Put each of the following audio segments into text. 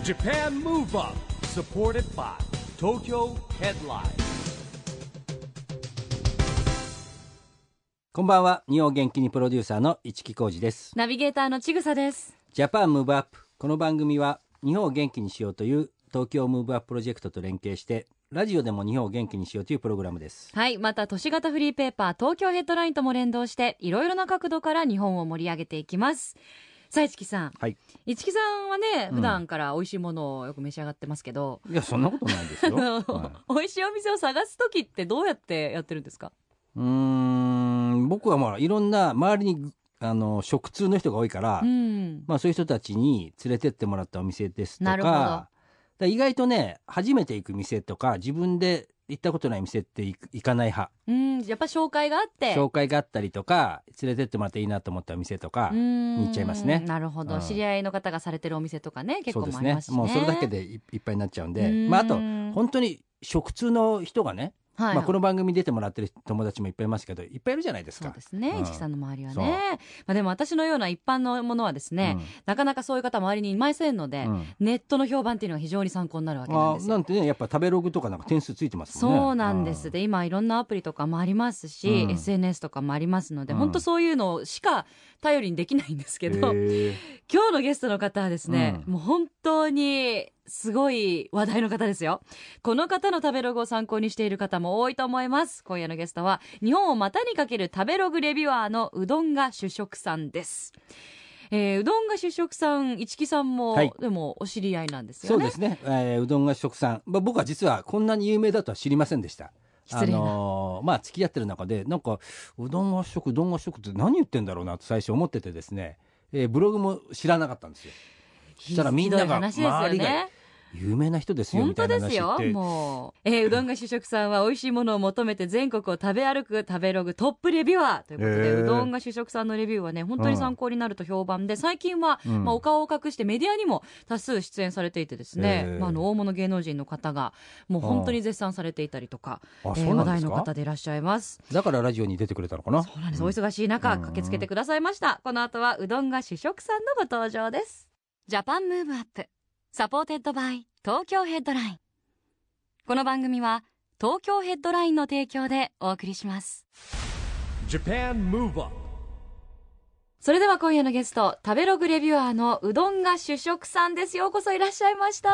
Japan Move Up supported by Tokyo Headline。 こんばんは。日本元気にプロデューサーの市木浩司です。 ナビゲーターのちぐさです。 ジャパンムーブアップ。この番組は日本を元気にしようという東京ムーブアッププロジェクトと連携してラジオでも日本を元気にしようというプログラムです。 はい、また都市型フリーペーパー東京ヘッドラインとも連動していろいろな角度から日本を盛り上げていきます。さあ市木さん、 はい、 市木さんはね、普段から美味しいものをよく召し上がってますけど、 いやそんなことないですよ、はい、 美味しいお店を探す時ってどうやってやってるんですか？ 僕はまあいろんな周りに食通の人が多いから、まあ、そういう人たちに連れてってもらったお店ですとか、 なるほど。 だ意外とね初めて行く店とか自分で行ったことない店って行かない派。 やっぱ紹介があったりとか連れてってもらっていいなと思ったお店とかに行っちゃいますね。 なるほど、知り合いの方がされてるお店とかね結構もありますしね。 もうそれだけでいっぱいになっちゃうんで、まあ、あと本当に食通の人がね、 はい、 まあ、この番組に出てもらってる友達もいっぱいいますけどいっぱいいるじゃないですか。 そうですね、市木さんの周りはね。まあ、でも私のような一般のものはですね、なかなかそういう方周りにいませんので、ネットの評判っていうのが非常に参考になるわけなんですよ。 なんてね、やっぱ食べログとかなんか点数ついてますもんね。 そうなんです。で今いろんなアプリとかもありますし、SNS とかもありますので、本当そういうのしか頼りにできないんですけど、今日のゲストの方はですね、もう本当にすごい話題の方ですよ。この方の食べログを参考にしている方も多いと思います。今夜のゲストは日本を股にかける食べログレビュアーのうどんが主食さんです。うどんが主食さん、市木さんも、はい、でもお知り合いなんですよね。 そうですね、うどんが主食さん、僕は実はこんなに有名だとは知りませんでした。 失礼なまあ付き合ってる中でなんかうどんが主食って何言ってんだろうなと最初思っててですね、ブログも知らなかったんですよ。そしたらみんなが周りが有名な人ですよみたいな話って。 本当ですよ。もう、うどんが主食さんは美味しいものを求めて全国を食べ歩く食べログトップレビュアーということで、うどんが主食さんのレビューはね本当に参考になると評判で、最近は、まあ、お顔を隠してメディアにも多数出演されていてですね、大物芸能人の方がもう本当に絶賛されていたりとか、話題の方でいらっしゃいます。 だからラジオに出てくれたのかな。 そうなんです、お忙しい中駆けつけてくださいました。この後はうどんが主食さんのご登場です。ジャパンムーブアップサポーテッドバイ東京ヘッドライン。この番組は東京ヘッドラインの提供でお送りします。 Japan Move Up。 それでは今夜のゲスト、食べログレビュアーのうどんが主食さんです。ようこそいらっしゃいました。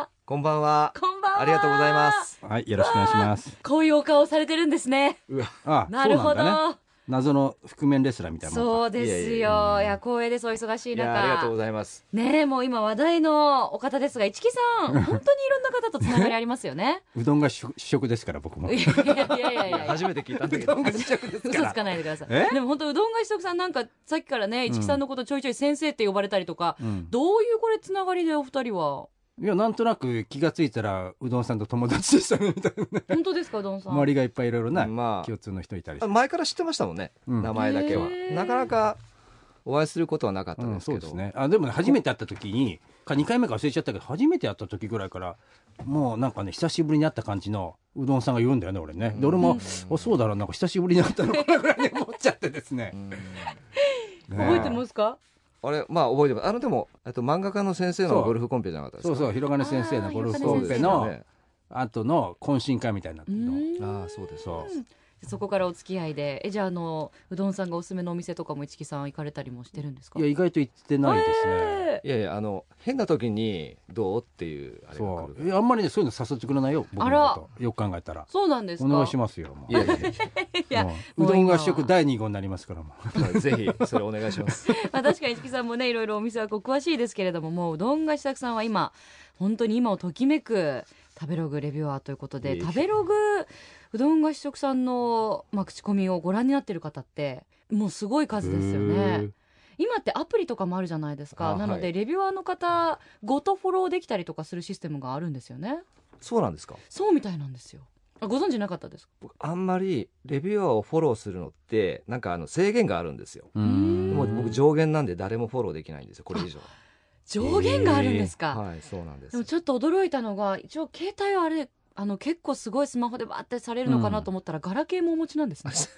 こんばんは。 こんばんは。 ありがとうございます。 はい、よろしくお願いします。 こういうお顔されてるんですね。なるほど、 謎の覆面レスラーみたいな。 そうですよ。いや光栄です。お忙しい中。 ありがとうございますね。もう今話題のお方ですが、市木さん本当にいろんな方とつながりありますよね。 うどんが主食ですから僕も。 いや初めて聞いたんだけど。 うどんが主食ですから。 嘘つかないでください。でも本当うどんが主食さん、なんかさっきからね市木さんのことちょいちょい先生って呼ばれたりとか、どういうこれつながりでお二人は。 いやなんとなく気がついたらうどんさんと友達でしたねみたいな。 本当ですか？うどんさん周りがいっぱいいろいろな共通の人いたりして、 前から知ってましたもんね、名前だけは。なかなかお会いすることはなかったんですけど、 そうですね。でもね初めて会った時に2回目か忘れちゃったけど、初めて会った時ぐらいからもうなんかね久しぶりに会った感じのうどんさんが言うんだよね俺ね。で俺もそうだろう、なんか久しぶりに会ったのかなぐらいに思っちゃってですね。 覚えてますか？ あれまあ覚えてます。でも漫画家の先生のゴルフコンペじゃなかったですか。 そう広金先生のゴルフコンペの後の懇親会みたいなの。 そうです。 そこからお付き合いで、じゃあうどんさんがおすすめのお店とかも市木さん行かれたりもしてるんですか？ いや意外と行ってないですね。 いや変な時にどうっていうあれが来る。 あんまりねそういうの誘ってくれないよ僕のこと。よく考えたら。 そうなんですか？ お願いしますよ。 いやうどんが主食第2号になりますからもうぜひそれお願いします。 確かに市木さんもねいろいろお店は詳しいですけれども、もううどんが主食さんは今本当に今をときめく食べログレビュアーということで、食べログうどんが主食さんの、口コミをご覧になっている方ってもうすごい数ですよね。今ってアプリとかもあるじゃないですか。なので、レビュアーの方ごとフォローできたりとかするシステムがあるんですよね。 そうなんですか？ そうみたいなんですよ。ご存知なかったですか？ 僕あんまりレビュアーをフォローするのってなんか制限があるんですよ。もう僕上限なんで誰もフォローできないんですよこれ以上。 上限があるんですか？ はい、そうなんです。 でもちょっと驚いたのが、一応携帯はあれ結構すごいスマホでバーってされるのかなと思ったら、ガラケーもお持ちなんですね。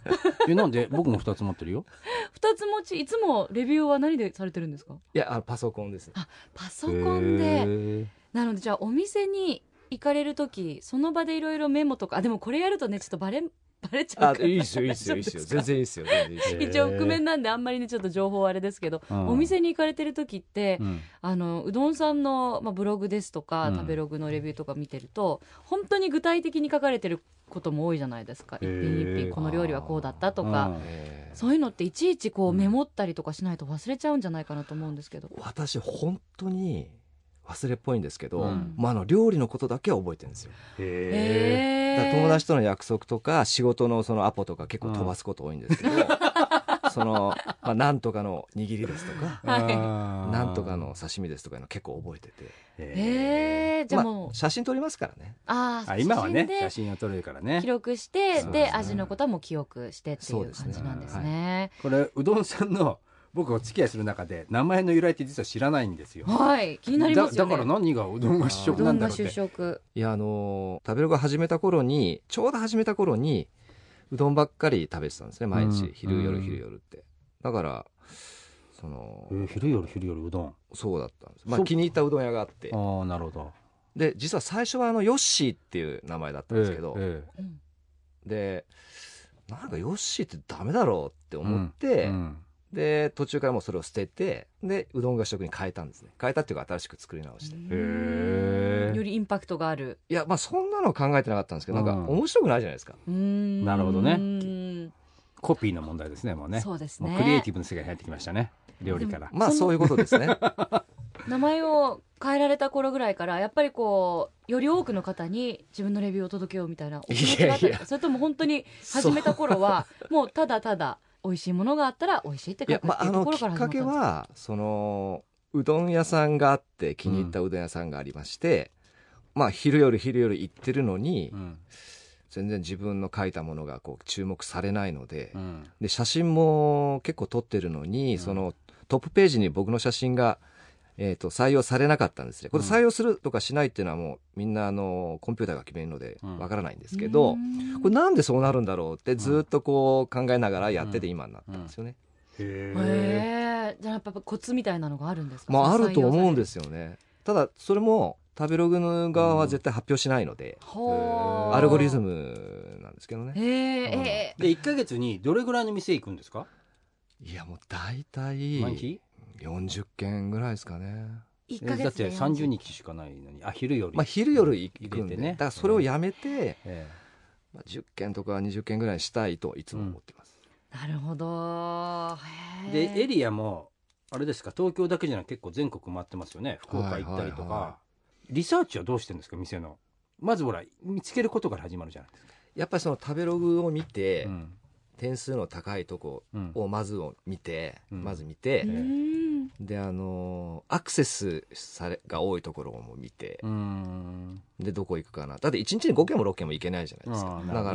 なんで僕も2つ持ってるよ。 2つ持ち、いつもレビューは何でされてるんですか？ いやパソコンです。 パソコンで。なのでじゃあお店に行かれる時その場でいろいろメモとか、でもこれやるとねちょっとバレちゃうから。 いいですよ全然いいですよ。 一応覆面なんであんまりねちょっと情報あれですけど、お店に行かれてる時って、うどんさんの、ブログですとか、食べログのレビューとか見てると本当に具体的に書かれてることも多いじゃないですか。一品一品この料理はこうだったとか、そういうのっていちいちこうメモったりとかしないと忘れちゃうんじゃないかなと思うんですけど。 私本当に忘れっぽいんですけど、料理のことだけは覚えてるんですよ。だから友達との約束とか仕事のそのアポとか結構飛ばすこと多いんですけど、なんとかの握りですとか、なんとかの刺身ですとかいうの結構覚えてて、 じゃあもう、 写真撮りますからね。 今はね写真を撮れるからね、 記録して、で味のことはもう記憶してっていう感じなんですね。 これうどんさんの僕お付き合いする中で名前の由来って実は知らないんですよ。 気になりますよね。 だから何がうどんが主食なんだろうって。 いや食べログ始めた頃にちょうど始めた頃にうどんばっかり食べてたんですね、毎日、昼夜って。だから昼夜うどん。 そうだったんです。気に入ったうどん屋があって。 なるほど。 で実は最初はヨッシーっていう名前だったんですけど、でなんかヨッシーってダメだろうって思って、で途中からもうそれを捨てて、でうどんが主食に変えたんですね。変えたっていうか新しく作り直して、 よりインパクトがある。 いやそんなの考えてなかったんですけど、なんか面白くないじゃないですか。 なるほどね。コピーの問題ですね。もうね。 そうですね。 クリエイティブの世界に入ってきましたね、料理から。 そういうことですね。 名前を変えられた頃ぐらいからやっぱりこうより多くの方に自分のレビューを届けようみたいなお気持ちがあったり、それとも本当に始めた頃はもうただただ美味しいものがあったら美味しいって書くっていうところから始まったんですか？ きっかけはうどん屋さんがあって、気に入ったうどん屋さんがありまして、昼夜行ってるのに、全然自分の書いたものがこう注目されないので、で写真も結構撮ってるのに、そのトップページに僕の写真が、採用されなかったんですね。これ採用するとかしないっていうのはもうみんなコンピューターが決めるのでわからないんですけど、これなんでそうなるんだろうってずっとこう考えながらやってて今になったんですよね。 じゃあやっぱコツみたいなのがあるんですか？ あると思うんですよね。ただそれも食べログの側は絶対発表しないので、アルゴリズムなんですけどね。 で1ヶ月にどれぐらいの店行くんですか？ いやもう大体毎日 40件ぐらいですかね。 1ヶ月だって30日しかないのに、昼夜行くんでね。だからそれをやめて、10件とか20件ぐらいしたいといつも思ってます。 なるほど。 でエリアもあれですか、東京だけじゃなくて結構全国回ってますよね。福岡行ったりとか。リサーチはどうしてるんですか？店のまず見つけることから始まるじゃないですか。 やっぱりその食べログを見て、点数の高いとこをまず見て、でアクセスが多いところも見て、でどこ行くかな。だって1日に5件も6件も行けないじゃないですか。だから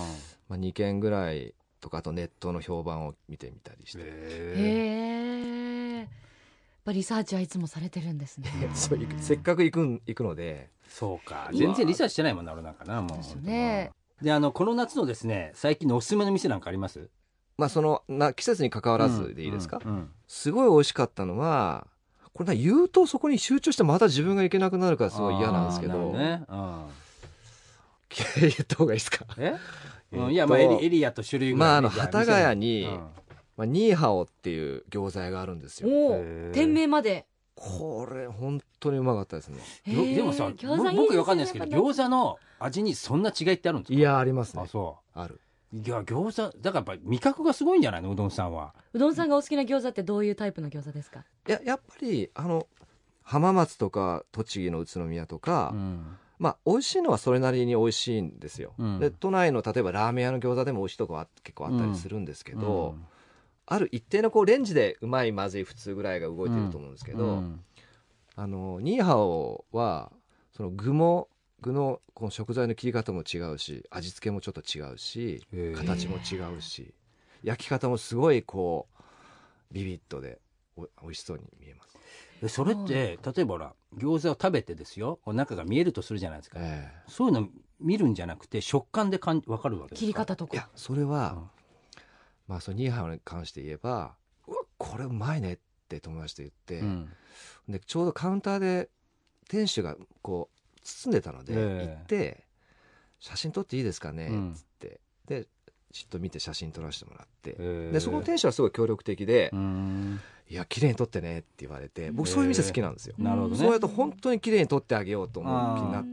、2件ぐらいとか、あとネットの評判を見てみたりして。 リサーチはいつもされてるんですね。 そうせっかく行くので。 そうか、全然リサーチしてないもんな、俺なんかな。もうですね。でこの夏のですね、最近のおすすめの店なんかあります？ 季節に関わらずでいいですか？すごい美味しかったのは、これ言うとそこに集中してまた自分が行けなくなるからすごい嫌なんですけど、言った方がいいですか？ いやエリアと種類が幡ヶ谷にニーハオっていう餃子屋があるんですよ。 店名まで。 これ本当にうまかったですね。 でもさ、僕わかんないですけど、餃子の味にそんな違いってあるんですか？ いや、ありますね。 ある。いや、餃子だからやっぱ味覚がすごいんじゃないの？うどんさんは。 うどんさんがお好きな餃子ってどういうタイプの餃子ですか？ やっぱり浜松とか栃木の宇都宮とか、美味しいのはそれなりに美味しいんですよ。で都内の例えばラーメン屋の餃子でも美味しいとこは結構あったりするんですけど、ある一定のレンジでうまいまずい普通ぐらいが動いてると思うんですけど、ニーハオはその具のこの食材の切り方も違うし、味付けもちょっと違うし、形も違うし、焼き方もすごいビビッドで美味しそうに見えます。 それって例えば餃子を食べてですよ、中が見えるとするじゃないですか。そういうの見るんじゃなくて食感で分かるわけですか？ 切り方とか。 いや、それはまあそのニーハオに関して言えば、うわこれうまいねって友達と言って、でちょうどカウンターで店主がこう包んでたので行って写真撮っていいですかねっつって、でじっと見て写真撮らせてもらって、でそこの店主はすごい協力的で、いや綺麗に撮ってねって言われて、僕そういう店好きなんですよ。 なるほどね。 そうやると本当に綺麗に撮ってあげようと思う気になって、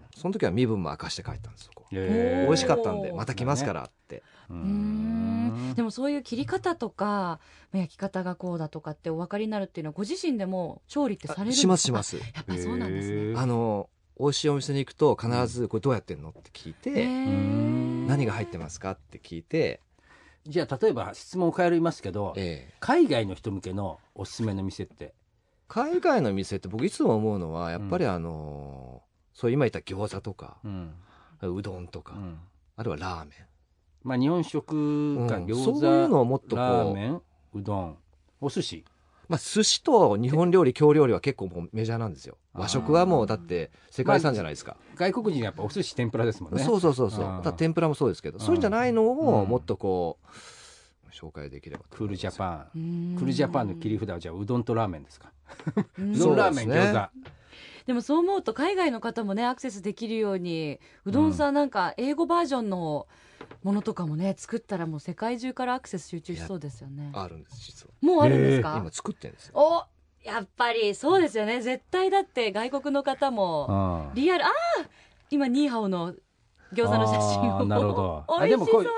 その時は身分も明かして帰ったんですよ。美味しかったんでまた来ますからって。 でもそういう切り方とか焼き方がこうだとかってお分かりになるっていうのはご自身でも調理ってされるんですか？ します。 やっぱそうなんですね。 美味しいお店に行くと必ずこれどうやってんのって聞いて、何が入ってますかって聞いて、 じゃあ例えば質問を変えますけど、海外の人向けのおすすめの店って？ 海外の店って僕いつも思うのはやっぱりそう今言った餃子とか、うどんとか、あるいはラーメン、 まあ日本食か餃子、 そういうのをもっとこうラーメン、うどん、お寿司、 まあ寿司と日本料理京料理は結構もうメジャーなんですよ。和食はもうだって世界遺産じゃないですか。 外国人はやっぱお寿司天ぷらですもんね。 そうだから天ぷらもそうですけど、そういうんじゃないのをもっとこう紹介できれば。 クールジャパン、クールジャパンの切り札はじゃあうどんとラーメンですか？うどんラーメン、餃子。 でもそう思うと海外の方もねアクセスできるようにうどんさんなんか英語バージョンのものとかもね作ったらもう世界中からアクセス集中しそうですよね。 あるんです実は。 もうあるんですか？ 今作ってるんですよ。 お、やっぱりそうですよね。絶対だって外国の方もリアル、今ニーハオの餃子の写真を、 なるほど。 美味しそうです。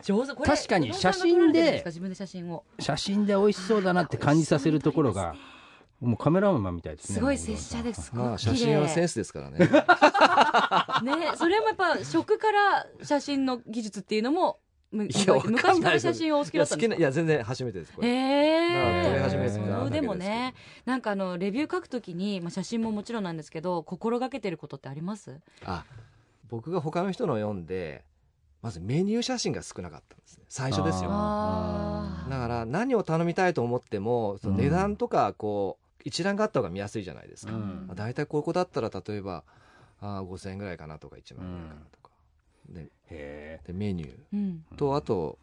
上手。これ確かに写真で自分で写真で美味しそうだなって感じさせるところがもうカメラマンみたいですね。 すごい拙者です。 まあ写真はセンスですからね。 ね、それもやっぱ食から写真の技術っていうのも昔から写真をお好きだったんですか？ いや全然初めてですこれ。撮り始めてたでもね、なんかレビュー書くときに、写真ももちろんなんですけど心がけてることってあります？ 僕が他の人の読んでまずメニュー写真が少なかったんですね、最初ですよ。だから何を頼みたいと思ってもその値段とかこう一覧があった方が見やすいじゃないですか。だいたいここだったら例えば5000円ぐらいかなとか1万円ぐらいかなとか、でメニュー、とあと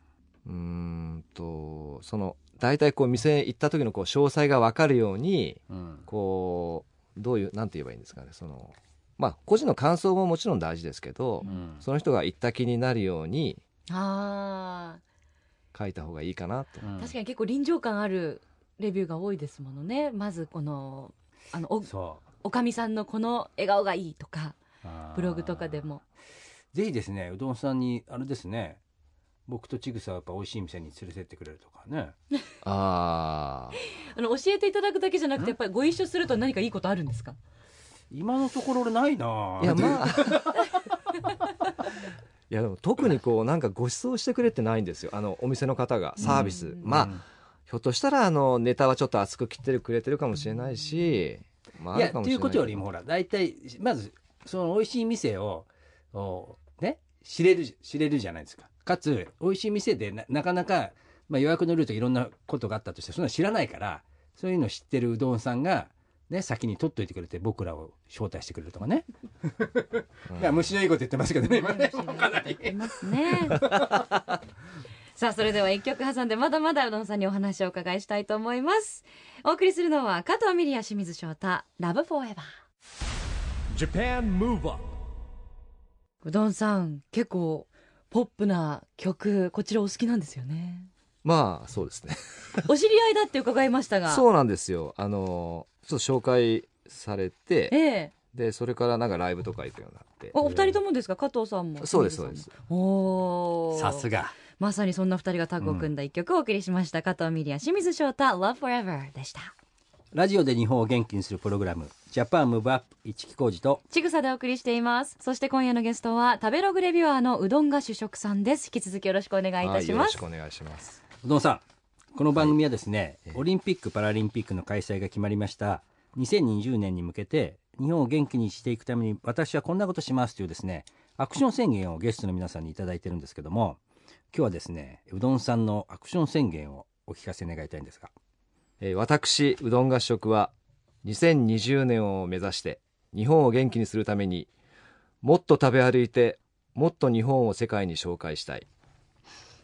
そのだいたいこう店行った時のこう詳細が分かるように、こうどういうなんて言えばいいんですかね、そのまあ個人の感想ももちろん大事ですけど、その人が行った気になるように書いた方がいいかなと。 確かに結構臨場感あるレビューが多いですものね。まずこのおかみさんのこの笑顔がいいとかブログとかでもぜひですね、うどんさんにあれですね、僕とちぐさはやっぱ美味しい店に連れてってくれるとかね。 教えていただくだけじゃなくてやっぱりご一緒すると何かいいことあるんですか？ 今のところ俺ないな。 いやまあいやでも特にこうなんかご馳走してくれてないんですよ、お店の方がサービス。まあひょっとしたらネタはちょっと厚く切ってくれてるかもしれないし、 いやっていうことよりもほら大体まずその美味しい店をね知れるじゃないですか。かつ美味しい店でなかなか、予約のルートいろんなことがあったとしてそんなの知らないから、そういうの知ってるうどんさんがね先に取っといてくれて僕らを招待してくれるとかね。いや虫のいいこと言ってますけどね今ね。かなり言ってますね。さあそれでは一曲挟んでまだまだうどんさんにお話をお伺いしたいと思います。お送りするのは加藤ミリヤ清水翔太ラブフォーエバー。 Japan Move Up。 うどんさん結構ポップな曲こちらお好きなんですよね。 まあそうですね。 お知り合いだって伺いましたが。 そうなんですよ。ちょっと紹介されて、でそれからなんかライブとか行くようになって。 お二人ともですか？加藤さんも。 そうですそうです。 さすが。 まさにそんな二人がタッグを組んだ一曲をお送りしました。加藤ミリヤ清水翔太 Love Forever でした。 ラジオで日本を元気にするプログラムジャパンムーブアップ、市木浩二とちぐさでお送りしています。そして今夜のゲストは食べログレビュアーのうどんが主食さんです。引き続きよろしくお願いいたします。 よろしくお願いします。 うどんさん、この番組はですね、オリンピック・パラリンピックの開催が決まりました2020年に向けて日本を元気にしていくために私はこんなことしますというですねアクション宣言をゲストの皆さんにいただいてるんですけども、今日はですねうどんさんのアクション宣言をお聞かせ願いたいんですが、 私うどんが主食は2020年を目指して日本を元気にするためにもっと食べ歩いてもっと日本を世界に紹介したい。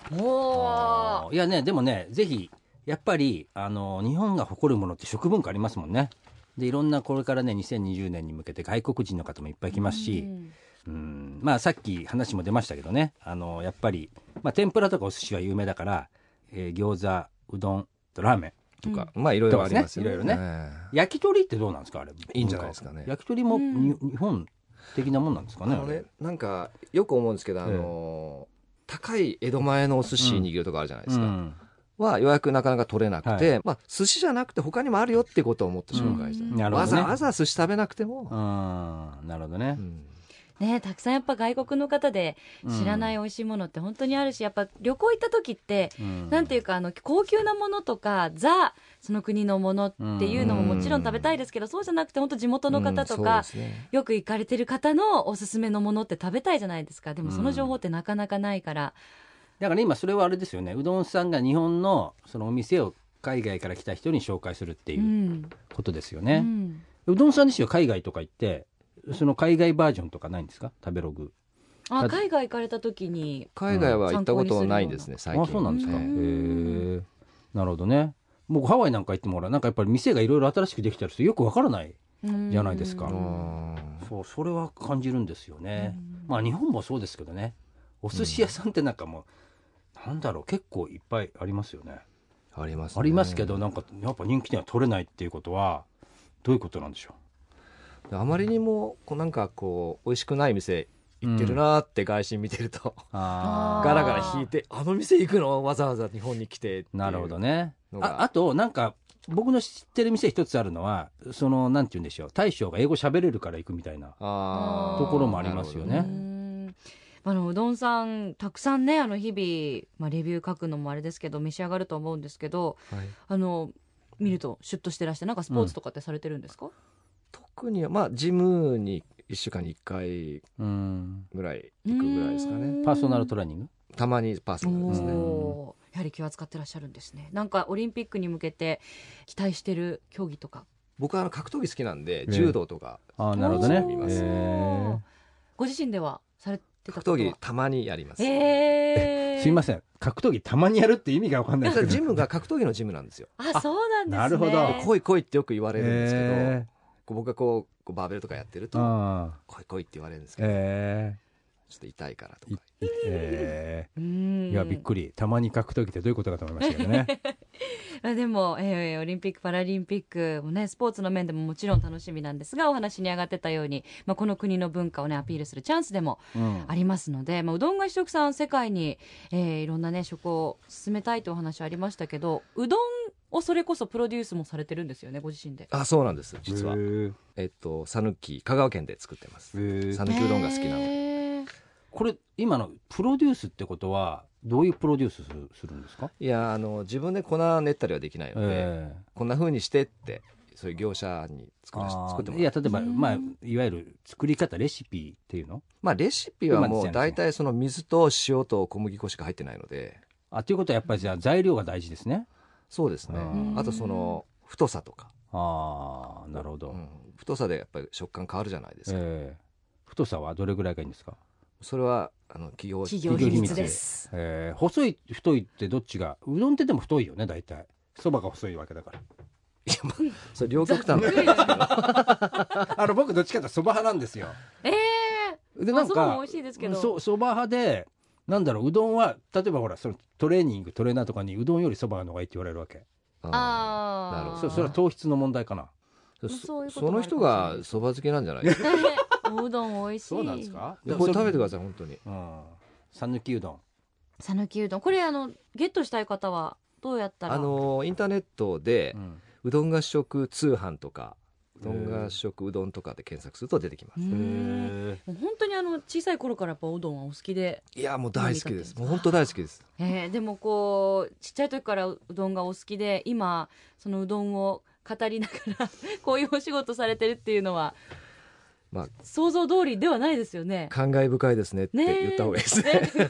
おいやねでもねぜひやっぱり日本が誇るものって食文化ありますもんね。でいろんなこれからね2020年に向けて外国人の方もいっぱい来ますし、まあさっき話も出ましたけどねやっぱり、まあ、天ぷらとかお寿司は有名だから、餃子うどんとラーメンとか、まあいろいろありますよね。 いろいろね、焼き鳥ってどうなんですかあれ。 いいんじゃないですかね。 焼き鳥も日本的なもんなんですかね。 なんかよく思うんですけど高い江戸前のお寿司握るとかあるじゃないですか、は予約なかなか取れなくて、まあ寿司じゃなくて他にもあるよってことを思って紹介した、わざわざ寿司食べなくても、 なるほどね、 ね、たくさんやっぱ外国の方で知らない美味しいものって本当にあるし、やっぱ旅行行った時って、なんていうか高級なものとかその国のものっていうのももちろん食べたいですけど、そうじゃなくて本当地元の方とか、よく行かれてる方のおすすめのものって食べたいじゃないですか。でもその情報ってなかなかないから、 だから今それはあれですよね、うどんさんが日本のそのお店を海外から来た人に紹介するっていうことですよね、うどんさん自身は海外とか行ってその海外バージョンとかないんですか、食べログ。 海外行かれた時に。 海外は行ったことないんですね、最近。 そうなんですか。なるほどね。僕ハワイなんか行ってもなんかやっぱり店がいろいろ新しくできたりするとよくわからないじゃないですか。それは感じるんですよね。まあ日本もそうですけどね、お寿司屋さんってなんかもう、なんだろう、結構いっぱいありますよね。 ありますね。 ありますけど、なんかやっぱ人気店は取れないっていうことはどういうことなんでしょう。 あまりにもなんかこう美味しくない店行ってるなって外信見てると、ガラガラ引いて、あの店行くのわざわざ日本に来てっていう。 なるほどね。あとなんか僕の知ってる店一つあるのは、そのなんて言うんでしょう、大将が英語喋れるから行くみたいなところもありますよね。 うどんさんたくさんね日々、レビュー書くのもあれですけど召し上がると思うんですけど、見るとシュッとしてらして、なんかスポーツとかってされてるんですか。 特にはジムに1週間に1回ぐらい行くぐらいですかね。 パーソナルトレーニングたまにパーソナルですね。 やはり気を使ってらっしゃるんですね。なんかオリンピックに向けて期待してる競技とか。 僕は格闘技好きなんで、柔道とかなるほどね。 見ます。 ご自身ではされてた格闘技たまにやります。 すいません、格闘技たまにやるって意味が分かんないですけど、 ジムが格闘技のジムなんですよ。 そうなんですね。 なるほど。 来い来いってよく言われるんですけど、僕がこうバーベルとかやってると来い来いって言われるんですけど、ちょっと痛いからとか。 いやびっくり、たまに格闘技ってどういうことかと思いましたけどね。 でも、オリンピックパラリンピックもね、スポーツの面でももちろん楽しみなんですが、お話に上がってたように、この国の文化をねアピールするチャンスでもありますので、うどんが一食さん世界に、いろんなね食を進めたいというお話ありましたけど、うどんをそれこそプロデュースもされてるんですよね、ご自身で。 そうなんです、実は。讃岐香川県で作ってます。讃岐うどんが好きなので。 これ今のプロデュースってことはどういうプロデュースするんですか。 いや自分で粉練ったりはできないので、こんな風にしてってそういう業者に作ってもらう。 いや例えば、いわゆる作り方レシピっていうの、 レシピはもう大体その水と塩と小麦粉しか入ってないので。 ということはやっぱりじゃあ材料が大事ですね。 そうですね。あとその太さとか。 なるほど、 太さでやっぱり食感変わるじゃないですか。 太さはどれぐらいがいいんですか。 それは企業秘密です。 細い太いってどっちが、うどんってでも太いよね大体。そばが細いわけだから。 いやそれ両極端なんですけど僕どっちかというとそば派なんですよ。 でなんかそばも美味しいですけど、 そば派で、なんだろう、うどんは例えばほらそのトレーニングトレーナーとかにうどんよりそばの方がいいって言われるわけ。 なるほど。 それは糖質の問題かな。 その人がそば好きなんじゃないですか。 おうどん美味しい。 そうなんですか。 これ食べてください本当に。 讃岐うどん。 讃岐うどん、これゲットしたい方はどうやったら。 インターネットで、うどんが主食通販とかうどんが主食うどんとかで検索すると出てきます。 もう本当に小さい頃からやっぱおうどんはお好きで。 いやもう大好きです。もう本当大好きです。 でもこうちっちゃい時からうどんがお好きで、今そのうどんを語りながらこういうお仕事されてるっていうのは、想像通りではないですよね。 感慨深いですねって言った方がいいです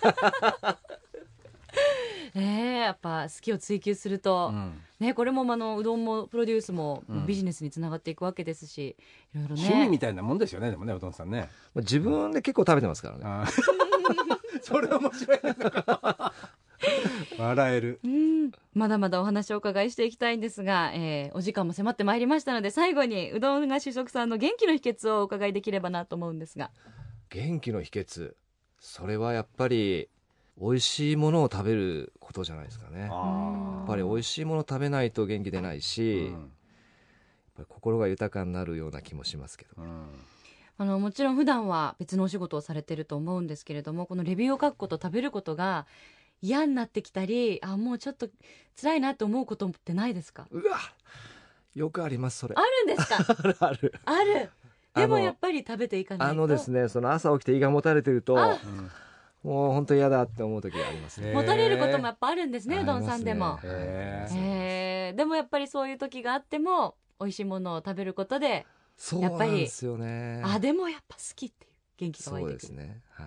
ね。 やっぱ好きを追求すると、これもうどんもプロデュースもビジネスにつながっていくわけですし、いろいろね趣味みたいなもんですよね。でもね、うどんさんね、 自分で結構食べてますからね。 それ面白い笑える。 まだまだお話をお伺いしていきたいんですが、お時間も迫ってまいりましたので、最後にうどんが主食さんの元気の秘訣をお伺いできればなと思うんですが。 元気の秘訣、それはやっぱり美味しいものを食べることじゃないですかね。やっぱり美味しいもの食べないと元気出ないし、やっぱり心が豊かになるような気もしますけど、 もちろん普段は別のお仕事をされてると思うんですけれども、このレビューを書くこと、食べることが嫌になってきたり、もうちょっと辛いなと思うことってないですか？ うわ、よくあります、それ。 あるんですか？ある。でもやっぱり食べていかないと。 ですね、その朝起きて胃がもたれてると、もう本当に嫌だって思う時がありますね。 もたれることもやっぱあるんですね、うどんさんでも。 でもやっぱりそういう時があっても美味しいものを食べることで、 そうなんですよね。 でもやっぱ好きっていう元気が湧いてくる。 そうですね、はい。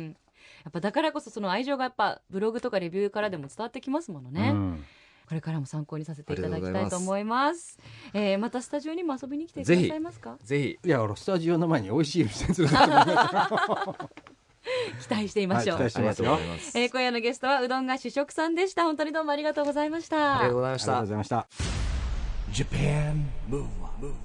やっぱだからこそその愛情がやっぱブログとかレビューからでも伝わってきますものね。これからも参考にさせていただきたいと思います。またスタジオにも遊びに来てくださいますか？ ぜひ。 いや、スタジオの前に美味しい店連れてってもらいた期待していましょう。 期待してますよ。 今夜のゲストはうどんが主食さんでした。本当にどうもありがとうございました。 ありがとうございました。 ありがとうございました。 Japan Move Up。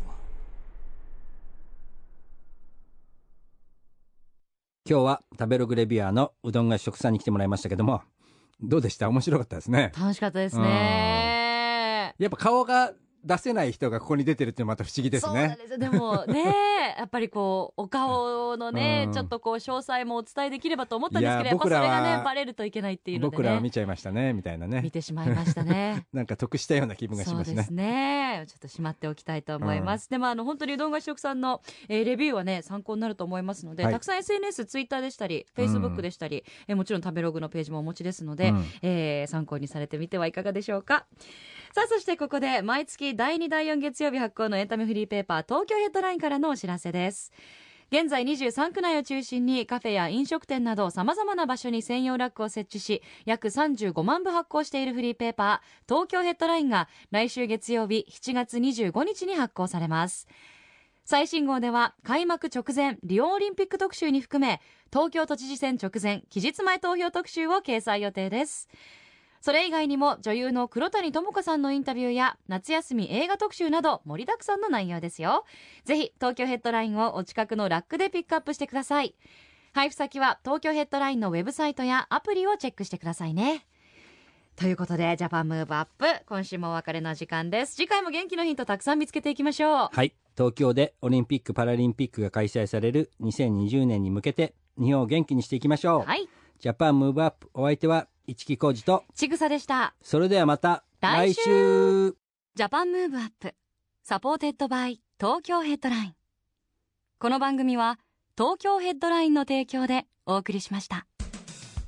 今日は食べログレビュアーのうどんが主食さんに来てもらいましたけども、どうでした？面白かったですね。 楽しかったですね。 やっぱ顔が出せない人がここに出てるってまた不思議ですね。 そうなんですよ。でもねやっぱりこうお顔のね、ちょっとこう詳細もお伝えできればと思ったんですけど、やっぱそれがねバレるといけないっていうのでね、 僕らは見ちゃいましたねみたいなね、 見てしまいましたねなんか得したような気分がしますね。 そうですね、ちょっとしまっておきたいと思います、でも本当にうどんが主食さんの、レビューはね参考になると思いますので、たくさん SNS、ツイッターでしたり Facebook でしたり、もちろん食べログのページもお持ちですので、参考にされてみてはいかがでしょうか。さあ、そしてここで毎月第2第4月曜日発行のエンタメフリーペーパー東京ヘッドラインからのお知らせです。現在23区内を中心にカフェや飲食店などさまざまな場所に専用ラックを設置し、約35万部発行しているフリーペーパー東京ヘッドラインが来週月曜日7月25日に発行されます。最新号では開幕直前リオンオリンピック特集に含め、東京都知事選直前期日前投票特集を掲載予定です。それ以外にも女優の黒谷友香さんのインタビューや夏休み映画特集など盛りだくさんの内容ですよ。ぜひ東京ヘッドラインをお近くのラックでピックアップしてください。配布先は東京ヘッドラインのウェブサイトやアプリをチェックしてくださいね。ということでジャパンムーブアップ、今週もお別れの時間です。次回も元気のヒントたくさん見つけていきましょう。 はい、東京でオリンピック・パラリンピックが開催される2020年に向けて日本を元気にしていきましょう。 はい、 ジャパンムーブアップ、お相手は市木浩二とちぐさでした。 それではまた来週。 ジャパンムーブアップサポーテッドバイ東京ヘッドライン。この番組は東京ヘッドラインの提供でお送りしました。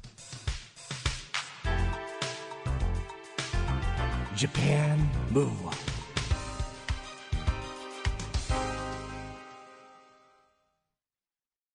Japan Move Up。